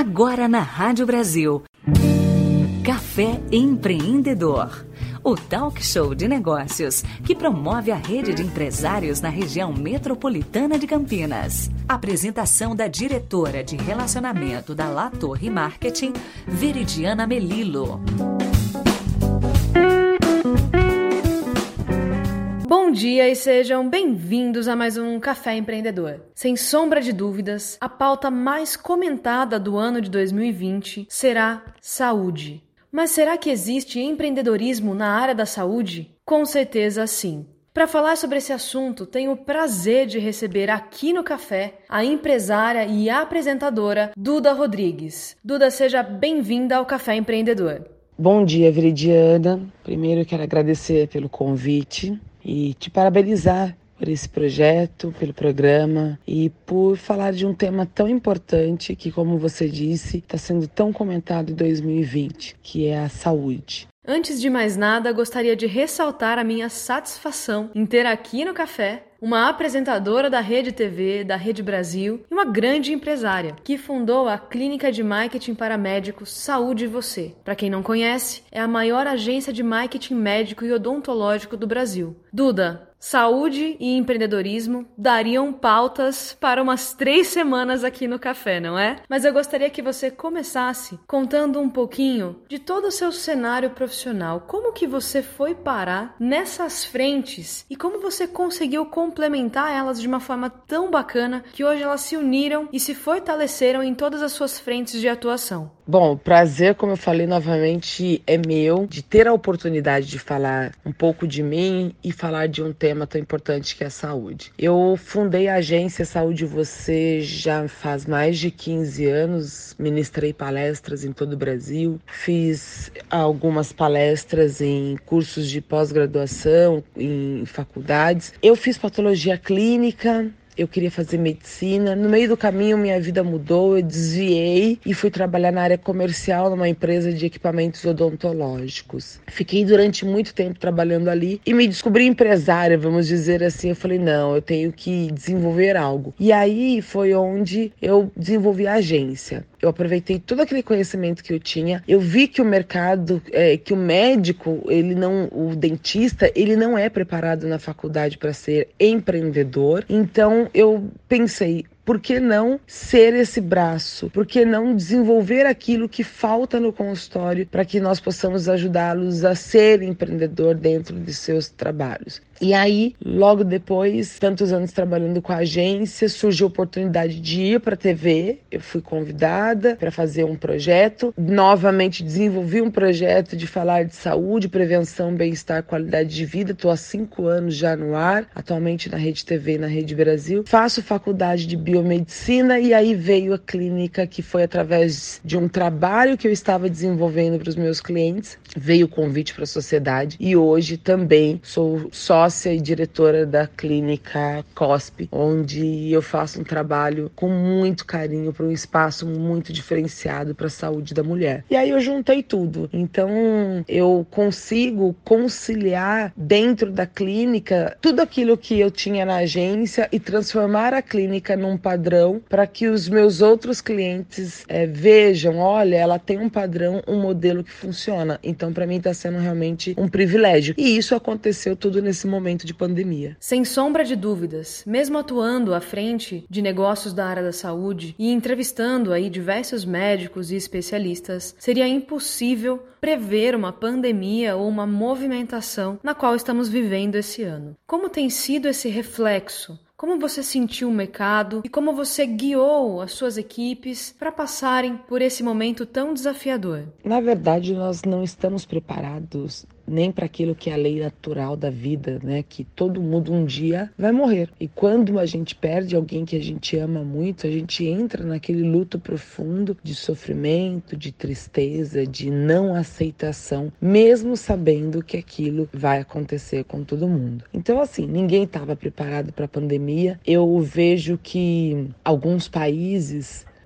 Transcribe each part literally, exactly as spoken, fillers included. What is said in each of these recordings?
Agora na Rádio Brasil. Café Empreendedor. O talk show de negócios que promove a rede de empresários na região metropolitana de Campinas. Apresentação da diretora de relacionamento da La Torre Marketing, Veridiana Melilo. Bom dia e sejam bem-vindos a mais um Café Empreendedor. Sem sombra de dúvidas, a pauta mais comentada do ano de dois mil e vinte será saúde. Mas será que existe empreendedorismo na área da saúde? Com certeza sim. Para falar sobre esse assunto, tenho o prazer de receber aqui no Café a empresária e apresentadora Duda Rodrigues. Duda, seja bem-vinda ao Café Empreendedor. Bom dia, Veridiana. Primeiro eu quero agradecer pelo convite e te parabenizar por esse projeto, pelo programa e por falar de um tema tão importante que, como você disse, está sendo tão comentado em dois mil e vinte, que é a saúde. Antes de mais nada, gostaria de ressaltar a minha satisfação em ter aqui no Café uma apresentadora da Rede T V, da Rede Brasil e uma grande empresária que fundou a Clínica de Marketing para Médicos Saúde Você. Para quem não conhece, é a maior agência de marketing médico e odontológico do Brasil. Duda, saúde e empreendedorismo dariam pautas para umas três semanas aqui no Café, não é? Mas eu gostaria que você começasse contando um pouquinho de todo o seu cenário profissional. Como que você foi parar nessas frentes e como você conseguiu complementar elas de uma forma tão bacana que hoje elas se uniram e se fortaleceram em todas as suas frentes de atuação? Bom, o prazer, como eu falei novamente, é meu de ter a oportunidade de falar um pouco de mim e falar de um tema tão importante que é a saúde. Eu fundei a agência Saúde Você já faz mais de quinze anos, ministrei palestras em todo o Brasil, fiz algumas palestras em cursos de pós-graduação, em faculdades. Eu fiz patologia clínica. Eu queria fazer medicina. No meio do caminho, minha vida mudou, eu desviei e fui trabalhar na área comercial numa empresa de equipamentos odontológicos. Fiquei durante muito tempo trabalhando ali e me descobri empresária, vamos dizer assim. Eu falei, não, eu tenho que desenvolver algo. E aí foi onde eu desenvolvi a agência. Eu aproveitei todo aquele conhecimento que eu tinha. Eu vi que o mercado, é, que o médico, ele não, o dentista, ele não é preparado na faculdade para ser empreendedor. Então eu pensei, por que não ser esse braço? Por que não desenvolver aquilo que falta no consultório para que nós possamos ajudá-los a ser empreendedor dentro de seus trabalhos? E aí, logo depois, tantos anos trabalhando com a agência, surgiu a oportunidade de ir para a T V. Eu fui convidada para fazer um projeto. Novamente desenvolvi um projeto de falar de saúde, prevenção, bem-estar, qualidade de vida. Estou há cinco anos já no ar, atualmente na Rede T V e na Rede Brasil. Faço faculdade de biomedicina e aí veio a clínica, que foi através de um trabalho que eu estava desenvolvendo para os meus clientes. Veio o convite para a sociedade e hoje também sou sócia e diretora da clínica C O S P, onde eu faço um trabalho com muito carinho para um espaço muito diferenciado para a saúde da mulher. E aí eu juntei tudo. Então eu consigo conciliar dentro da clínica tudo aquilo que eu tinha na agência e transformar a clínica num padrão para que os meus outros clientes é, vejam, olha, ela tem um padrão, um modelo que funciona. Então para mim está sendo realmente um privilégio. E isso aconteceu tudo nesse momento de pandemia. Sem sombra de dúvidas, mesmo atuando à frente de negócios da área da saúde e entrevistando aí diversos médicos e especialistas, seria impossível prever uma pandemia ou uma movimentação na qual estamos vivendo esse ano. Como tem sido esse reflexo? Como você sentiu o mercado e como você guiou as suas equipes para passarem por esse momento tão desafiador? Na verdade, nós não estamos preparados nem para aquilo que é a lei natural da vida, né? Que todo mundo um dia vai morrer. E quando a gente perde alguém que a gente ama muito, a gente entra naquele luto profundo de sofrimento, de tristeza, de não aceitação, mesmo sabendo que aquilo vai acontecer com todo mundo. Então, assim, ninguém estava preparado para a pandemia. Eu vejo que alguns países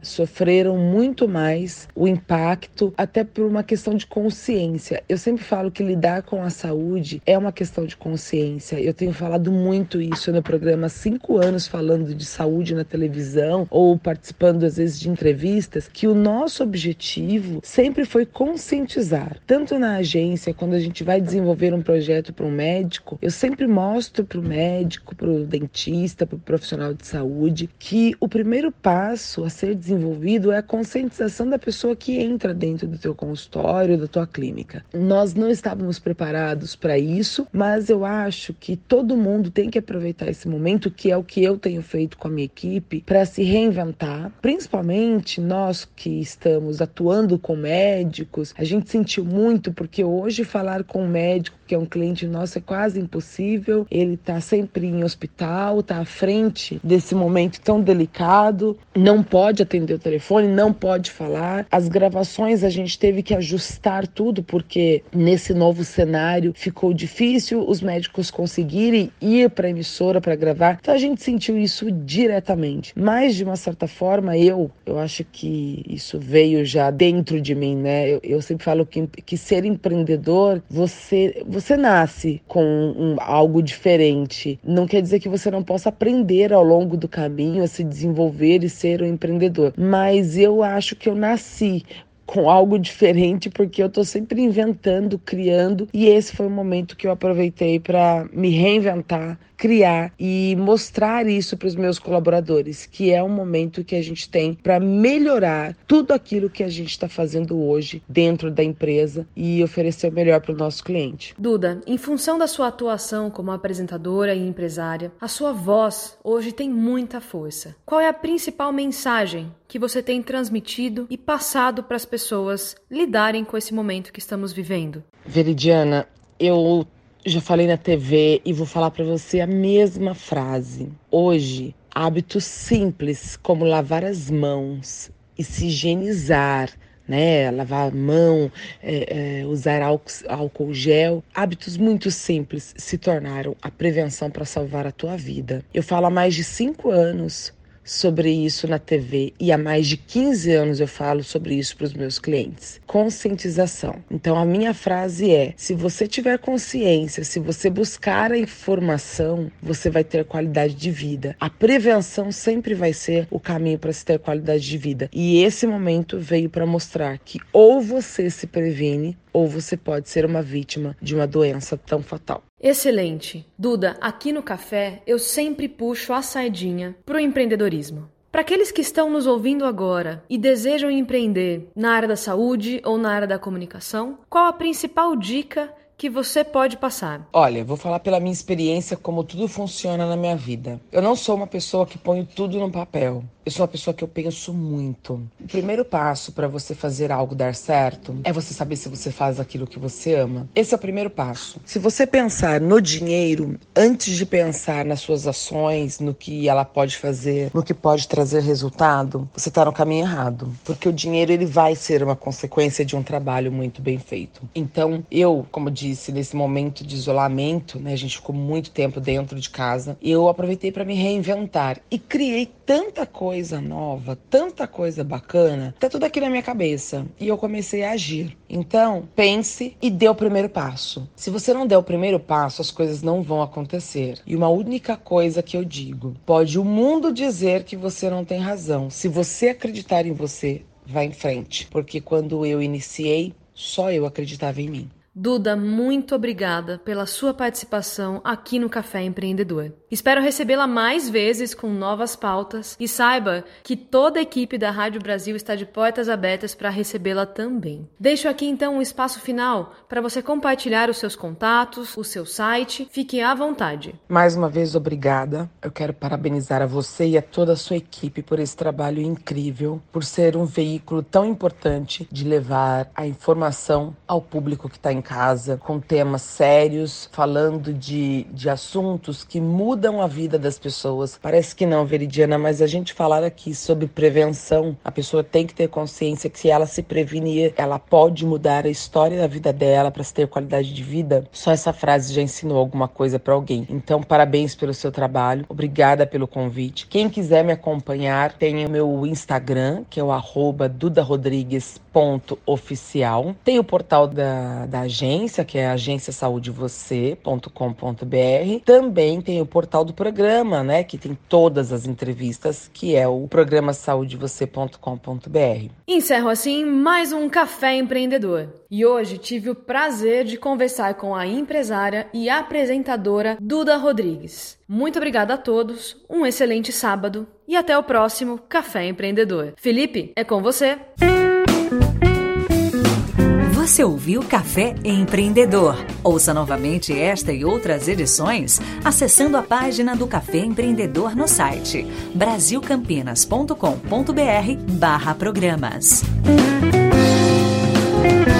sofreram muito mais o impacto, até por uma questão de consciência. Eu sempre falo que lidar com a saúde é uma questão de consciência. Eu tenho falado muito isso no programa há cinco anos, falando de saúde na televisão ou participando às vezes de entrevistas, que o nosso objetivo sempre foi conscientizar. Tanto na agência, quando a gente vai desenvolver um projeto para um médico, eu sempre mostro para o médico, para o dentista, para o profissional de saúde, que o primeiro passo a ser desenvolvido é a conscientização da pessoa que entra dentro do teu consultório, da tua clínica. Nós não estávamos preparados para isso, mas eu acho que todo mundo tem que aproveitar esse momento, que é o que eu tenho feito com a minha equipe, para se reinventar, principalmente nós que estamos atuando com médicos. A gente sentiu muito, porque hoje falar com um médico que é um cliente nosso é quase impossível. Ele está sempre em hospital, está à frente desse momento tão delicado, não pode atender o telefone, não pode falar. As gravações a gente teve que ajustar tudo, porque nesse novo cenário ficou difícil os médicos conseguirem ir para a emissora para gravar. Então a gente sentiu isso diretamente. Mas de uma certa forma, eu, eu acho que isso veio já dentro de mim, né? Eu, eu sempre falo que, que ser empreendedor, você Você nasce com um, algo diferente. Não quer dizer que você não possa aprender ao longo do caminho a se desenvolver e ser um empreendedor. Mas eu acho que eu nasci com algo diferente, porque eu tô sempre inventando, criando, e esse foi o momento que eu aproveitei para me reinventar, criar e mostrar isso para os meus colaboradores, que é um momento que a gente tem para melhorar tudo aquilo que a gente está fazendo hoje dentro da empresa e oferecer o melhor para o nosso cliente. Duda, em função da sua atuação como apresentadora e empresária, a sua voz hoje tem muita força. Qual é a principal mensagem que você tem transmitido e passado para as pessoas lidarem com esse momento que estamos vivendo? Veridiana, eu já falei na T V e vou falar para você a mesma frase. Hoje, hábitos simples como lavar as mãos e se higienizar, né? Lavar a mão, é, é, usar álcool, álcool gel. Hábitos muito simples se tornaram a prevenção para salvar a tua vida. Eu falo há mais de cinco anos sobre isso na T V e há mais de quinze anos eu falo sobre isso para os meus clientes. Conscientização. Então a minha frase é: se você tiver consciência, se você buscar a informação, você vai ter qualidade de vida. A prevenção sempre vai ser o caminho para se ter qualidade de vida. E esse momento veio para mostrar que ou você se previne ou você pode ser uma vítima de uma doença tão fatal. Excelente. Duda, aqui no Café eu sempre puxo a sardinha pro empreendedorismo. Para aqueles que estão nos ouvindo agora e desejam empreender na área da saúde ou na área da comunicação, qual a principal dica que você pode passar? Olha, vou falar pela minha experiência como tudo funciona na minha vida. Eu não sou uma pessoa que põe tudo no papel. Eu sou uma pessoa que eu penso muito. O primeiro passo para você fazer algo dar certo é você saber se você faz aquilo que você ama. Esse é o primeiro passo. Se você pensar no dinheiro antes de pensar nas suas ações, no que ela pode fazer, no que pode trazer resultado, você está no caminho errado. Porque o dinheiro ele vai ser uma consequência de um trabalho muito bem feito. Então, eu, como disse, nesse momento de isolamento, né, a gente ficou muito tempo dentro de casa, eu aproveitei para me reinventar e criei tanta coisa coisa nova, tanta coisa bacana, tá tudo aqui na minha cabeça. E eu comecei a agir. Então, pense e dê o primeiro passo. Se você não der o primeiro passo, as coisas não vão acontecer. E uma única coisa que eu digo: pode o mundo dizer que você não tem razão. Se você acreditar em você, vá em frente. Porque quando eu iniciei, só eu acreditava em mim. Duda, muito obrigada pela sua participação aqui no Café Empreendedor. Espero recebê-la mais vezes com novas pautas e saiba que toda a equipe da Rádio Brasil está de portas abertas para recebê-la também. Deixo aqui então um espaço final para você compartilhar os seus contatos, o seu site. Fique à vontade. Mais uma vez, obrigada. Eu quero parabenizar a você e a toda a sua equipe por esse trabalho incrível, por ser um veículo tão importante de levar a informação ao público que está em casa, com temas sérios, falando de, de assuntos que mudam mudam a vida das pessoas. Parece que não, Veridiana, mas a gente falar aqui sobre prevenção, a pessoa tem que ter consciência que se ela se prevenir, ela pode mudar a história da vida dela para se ter qualidade de vida. Só essa frase já ensinou alguma coisa para alguém. Então, parabéns pelo seu trabalho. Obrigada pelo convite. Quem quiser me acompanhar, tem o meu Instagram, que é o arroba dudarodrigues ponto oficial. Tem o portal da, da agência, que é agência saúde você ponto com ponto b r. Também tem o portal do programa, né, que tem todas as entrevistas, que é o programa saúde você ponto com ponto b r. Encerro assim mais um Café Empreendedor. E hoje tive o prazer de conversar com a empresária e apresentadora Duda Rodrigues. Muito obrigada a todos, um excelente sábado e até o próximo Café Empreendedor. Felipe, é com você. Você ouviu Café Empreendedor? Ouça novamente esta e outras edições acessando a página do Café Empreendedor no site brasil campinas ponto com ponto b r barra programas.